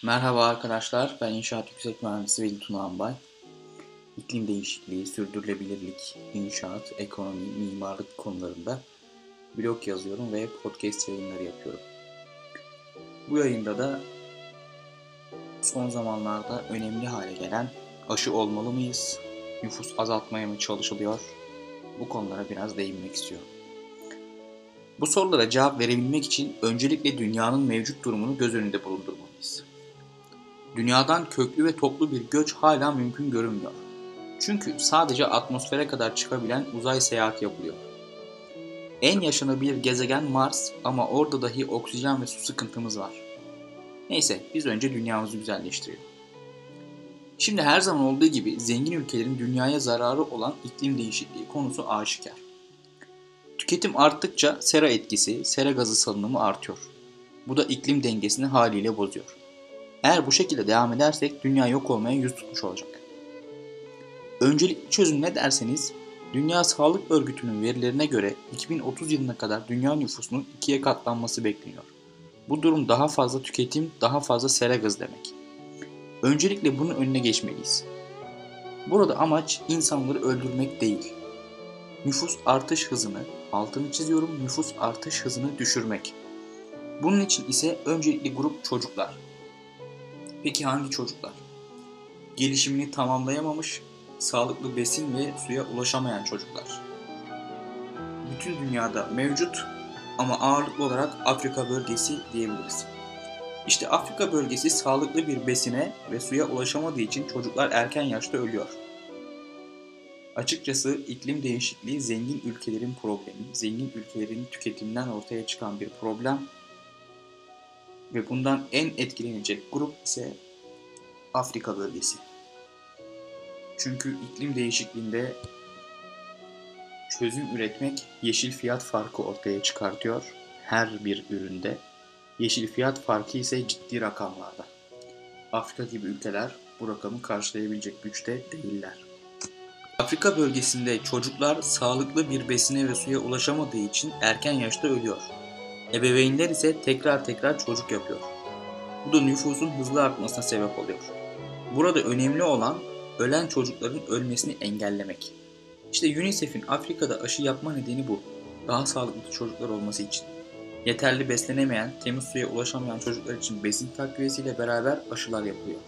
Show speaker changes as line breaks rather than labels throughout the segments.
Merhaba arkadaşlar, ben İnşaat Yüksek Mühendisi Veli Tuna Anbay. İklim değişikliği, sürdürülebilirlik, inşaat, ekonomi, mimarlık konularında blog yazıyorum ve podcast yayınları yapıyorum. Bu yayında da son zamanlarda önemli hale gelen aşı olmalı mıyız, nüfus azaltmaya mı çalışılıyor, bu konulara biraz değinmek istiyorum. Bu sorulara cevap verebilmek için öncelikle dünyanın mevcut durumunu göz önünde bulundurmalıyız. Dünyadan köklü ve toplu bir göç hala mümkün görünmüyor. Çünkü sadece atmosfere kadar çıkabilen uzay seyahati yapılıyor. En yaşanabilir gezegen Mars ama orada dahi oksijen ve su sıkıntımız var. Neyse biz önce dünyamızı güzelleştirelim. Şimdi her zaman olduğu gibi zengin ülkelerin dünyaya zararı olan iklim değişikliği konusu aşikar. Tüketim arttıkça sera etkisi, sera gazı salınımı artıyor. Bu da iklim dengesini haliyle bozuyor. Eğer bu şekilde devam edersek dünya yok olmaya yüz tutmuş olacak. Öncelikli çözüm ne derseniz, Dünya Sağlık Örgütü'nün verilerine göre 2030 yılına kadar dünya nüfusunun ikiye katlanması bekleniyor. Bu durum daha fazla tüketim, daha fazla sera gazı demek. Öncelikle bunun önüne geçmeliyiz. Burada amaç insanları öldürmek değil. Nüfus artış hızını, altını çiziyorum, nüfus artış hızını düşürmek. Bunun için ise öncelikli grup çocuklar. Peki hangi çocuklar? Gelişimini tamamlayamamış, sağlıklı besin ve suya ulaşamayan çocuklar. Bütün dünyada mevcut ama ağırlıklı olarak Afrika bölgesi diyebiliriz. İşte Afrika bölgesi sağlıklı bir besine ve suya ulaşamadığı için çocuklar erken yaşta ölüyor. Açıkçası iklim değişikliği zengin ülkelerin problemi, zengin ülkelerin tüketiminden ortaya çıkan bir problem ve bundan en etkilenecek grup ise Afrika bölgesi. Çünkü iklim değişikliğinde çözüm üretmek yeşil fiyat farkı ortaya çıkartıyor her bir üründe. Yeşil fiyat farkı ise ciddi rakamlarda. Afrika gibi ülkeler bu rakamı karşılayabilecek güçte değiller. Afrika bölgesinde çocuklar sağlıklı bir besine ve suya ulaşamadığı için erken yaşta ölüyor. Ebeveynler ise tekrar çocuk yapıyor. Bu da nüfusun hızlı artmasına sebep oluyor. Burada önemli olan ölen çocukların ölmesini engellemek. İşte UNICEF'in Afrika'da aşı yapma nedeni bu. Daha sağlıklı çocuklar olması için. Yeterli beslenemeyen, temiz suya ulaşamayan çocuklar için besin takviyesiyle beraber aşılar yapılıyor.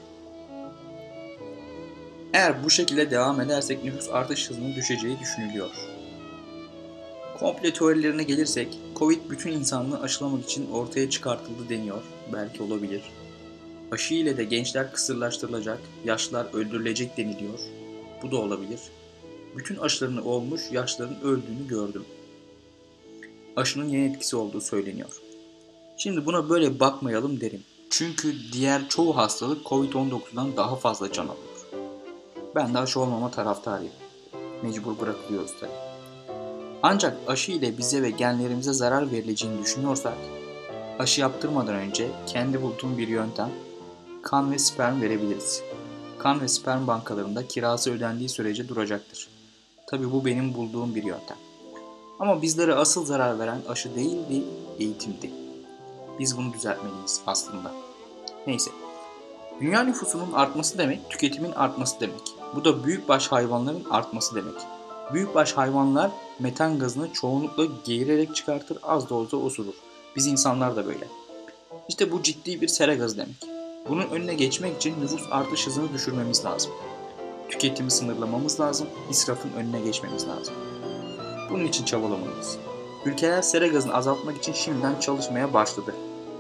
Eğer bu şekilde devam edersek nüfus artış hızının düşeceği düşünülüyor. Komple teorilerine gelirsek, Covid bütün insanlığı aşılamak için ortaya çıkartıldı deniyor. Belki olabilir. Aşı ile de gençler kısırlaştırılacak, yaşlılar öldürülecek deniliyor. Bu da olabilir. Bütün aşılarını olmuş, yaşlıların öldüğünü gördüm. Aşının yan etkisi olduğu söyleniyor. Şimdi buna böyle bakmayalım derim. Çünkü diğer çoğu hastalık Covid-19'dan daha fazla can alıyor. Ben de aşı olmama taraftarıyım. Mecbur bırakılıyoruz tabii. Ancak aşı ile bize ve genlerimize zarar verileceğini düşünüyorsak, aşı yaptırmadan önce kendi bulduğum bir yöntem, kan ve sperm verebiliriz. Kan ve sperm bankalarında kirası ödendiği sürece duracaktır. Tabii bu benim bulduğum bir yöntem. Ama bizlere asıl zarar veren aşı değildi, eğitimdi. Biz bunu düzeltmeliyiz aslında. Neyse. Dünya nüfusunun artması demek, tüketimin artması demek. Bu da büyükbaş hayvanların artması demek. Büyükbaş hayvanlar metan gazını çoğunlukla geğirerek çıkartır, az da olsa osurur. Biz insanlar da böyle. İşte bu ciddi bir sera gazı demek. Bunun önüne geçmek için nüfus artış hızını düşürmemiz lazım. Tüketimi sınırlamamız lazım, israfın önüne geçmemiz lazım. Bunun için çabalamalıyız. Ülkeler sera gazını azaltmak için şimdiden çalışmaya başladı.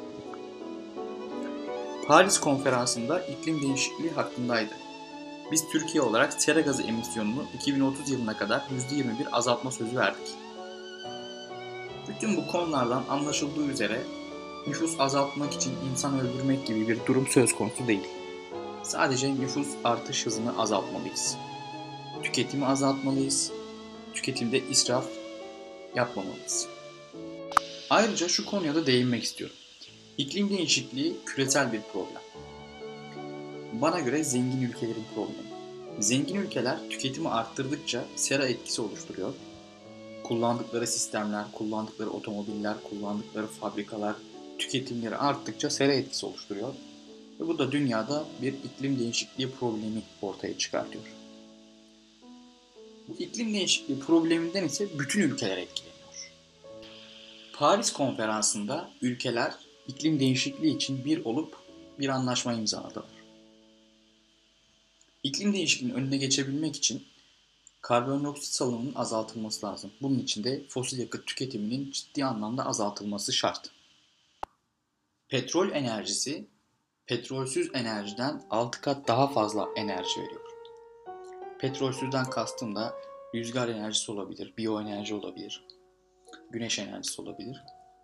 Paris Konferansı'nda iklim değişikliği hakkındaydı. Biz Türkiye olarak sera gazı emisyonunu 2030 yılına kadar %21 azaltma sözü verdik. Bütün bu konulardan anlaşıldığı üzere nüfus azaltmak için insan öldürmek gibi bir durum söz konusu değil. Sadece nüfus artış hızını azaltmalıyız. Tüketimi azaltmalıyız. Tüketimde israf yapmamalıyız. Ayrıca şu konuya da değinmek istiyorum. İklim değişikliği küresel bir problem. Bana göre zengin ülkelerin problemi. Zengin ülkeler tüketimi arttırdıkça sera etkisi oluşturuyor. Kullandıkları sistemler, kullandıkları otomobiller, kullandıkları fabrikalar tüketimleri arttıkça sera etkisi oluşturuyor. Ve bu da dünyada bir iklim değişikliği problemi ortaya çıkartıyor. Bu iklim değişikliği probleminden ise bütün ülkeler etkileniyor. Paris Konferansı'nda ülkeler iklim değişikliği için bir olup bir anlaşma imzaladılar. İklim değişikliğinin önüne geçebilmek için karbondioksit salınımının azaltılması lazım. Bunun için de fosil yakıt tüketiminin ciddi anlamda azaltılması şart. Petrol enerjisi petrolsüz enerjiden 6 kat daha fazla enerji veriyor. Petrolsüzden kastım da rüzgar enerjisi olabilir, biyoenerji olabilir, güneş enerjisi olabilir.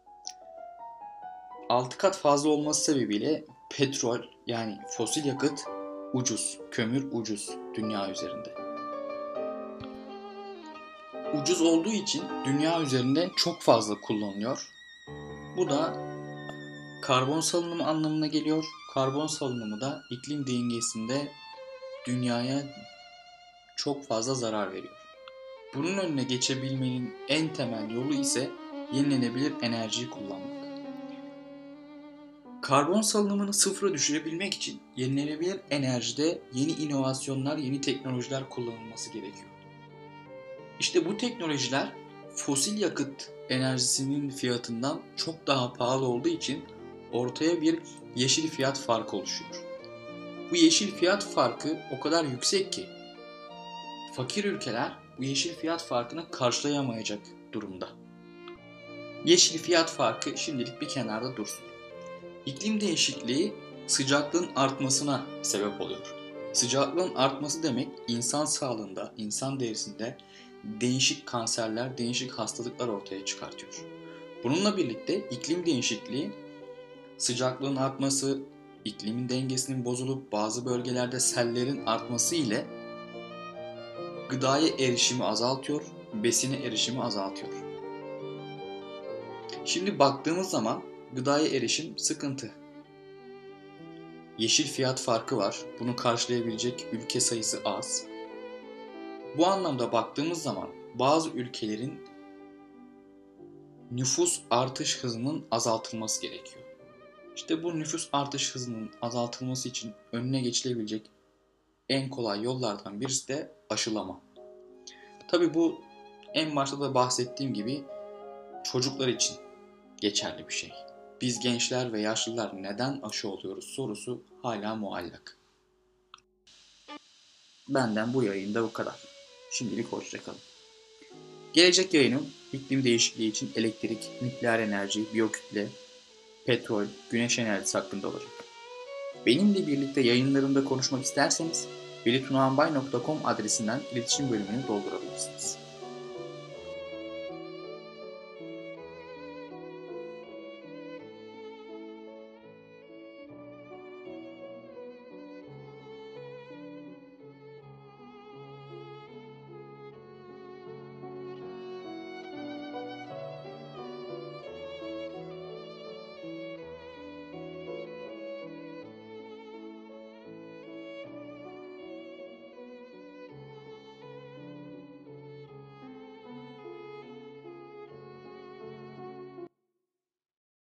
6 kat fazla olması sebebiyle petrol yani fosil yakıt ucuz, kömür ucuz dünya üzerinde. Ucuz olduğu için dünya üzerinde çok fazla kullanılıyor. Bu da karbon salınımı anlamına geliyor. Karbon salınımı da iklim dengesinde dünyaya çok fazla zarar veriyor. Bunun önüne geçebilmenin en temel yolu ise yenilenebilir enerjiyi kullanmak. Karbon salınımını sıfıra düşürebilmek için yenilenebilir enerjide yeni inovasyonlar, yeni teknolojiler kullanılması gerekiyor. İşte bu teknolojiler fosil yakıt enerjisinin fiyatından çok daha pahalı olduğu için ortaya bir yeşil fiyat farkı oluşuyor. Bu yeşil fiyat farkı o kadar yüksek ki fakir ülkeler bu yeşil fiyat farkını karşılayamayacak durumda. Yeşil fiyat farkı şimdilik bir kenarda dursun. İklim değişikliği sıcaklığın artmasına sebep oluyor. Sıcaklığın artması demek insan sağlığında, insan derisinde değişik kanserler, değişik hastalıklar ortaya çıkartıyor. Bununla birlikte iklim değişikliği sıcaklığın artması, iklimin dengesinin bozulup bazı bölgelerde sellerin artması ile gıdaya erişimi azaltıyor, besine erişimi azaltıyor. Şimdi baktığımız zaman gıdaya erişim sıkıntı. Yeşil fiyat farkı var. Bunu karşılayabilecek ülke sayısı az. Bu anlamda baktığımız zaman bazı ülkelerin nüfus artış hızının azaltılması gerekiyor. İşte bu nüfus artış hızının azaltılması için önüne geçilebilecek en kolay yollardan birisi de aşılama. Tabii bu en başta da bahsettiğim gibi çocuklar için geçerli bir şey. Biz gençler ve yaşlılar neden aşı oluyoruz sorusu hala muallak. Benden bu yayında bu kadar. Şimdilik hoşçakalın. Gelecek yayınım iklim değişikliği için elektrik, nükleer enerji, biyokütle, petrol, güneş enerjisi hakkında olacak. Benimle birlikte yayınlarımda konuşmak isterseniz velitunahanbay.com adresinden iletişim bölümünü doldurabilirsiniz.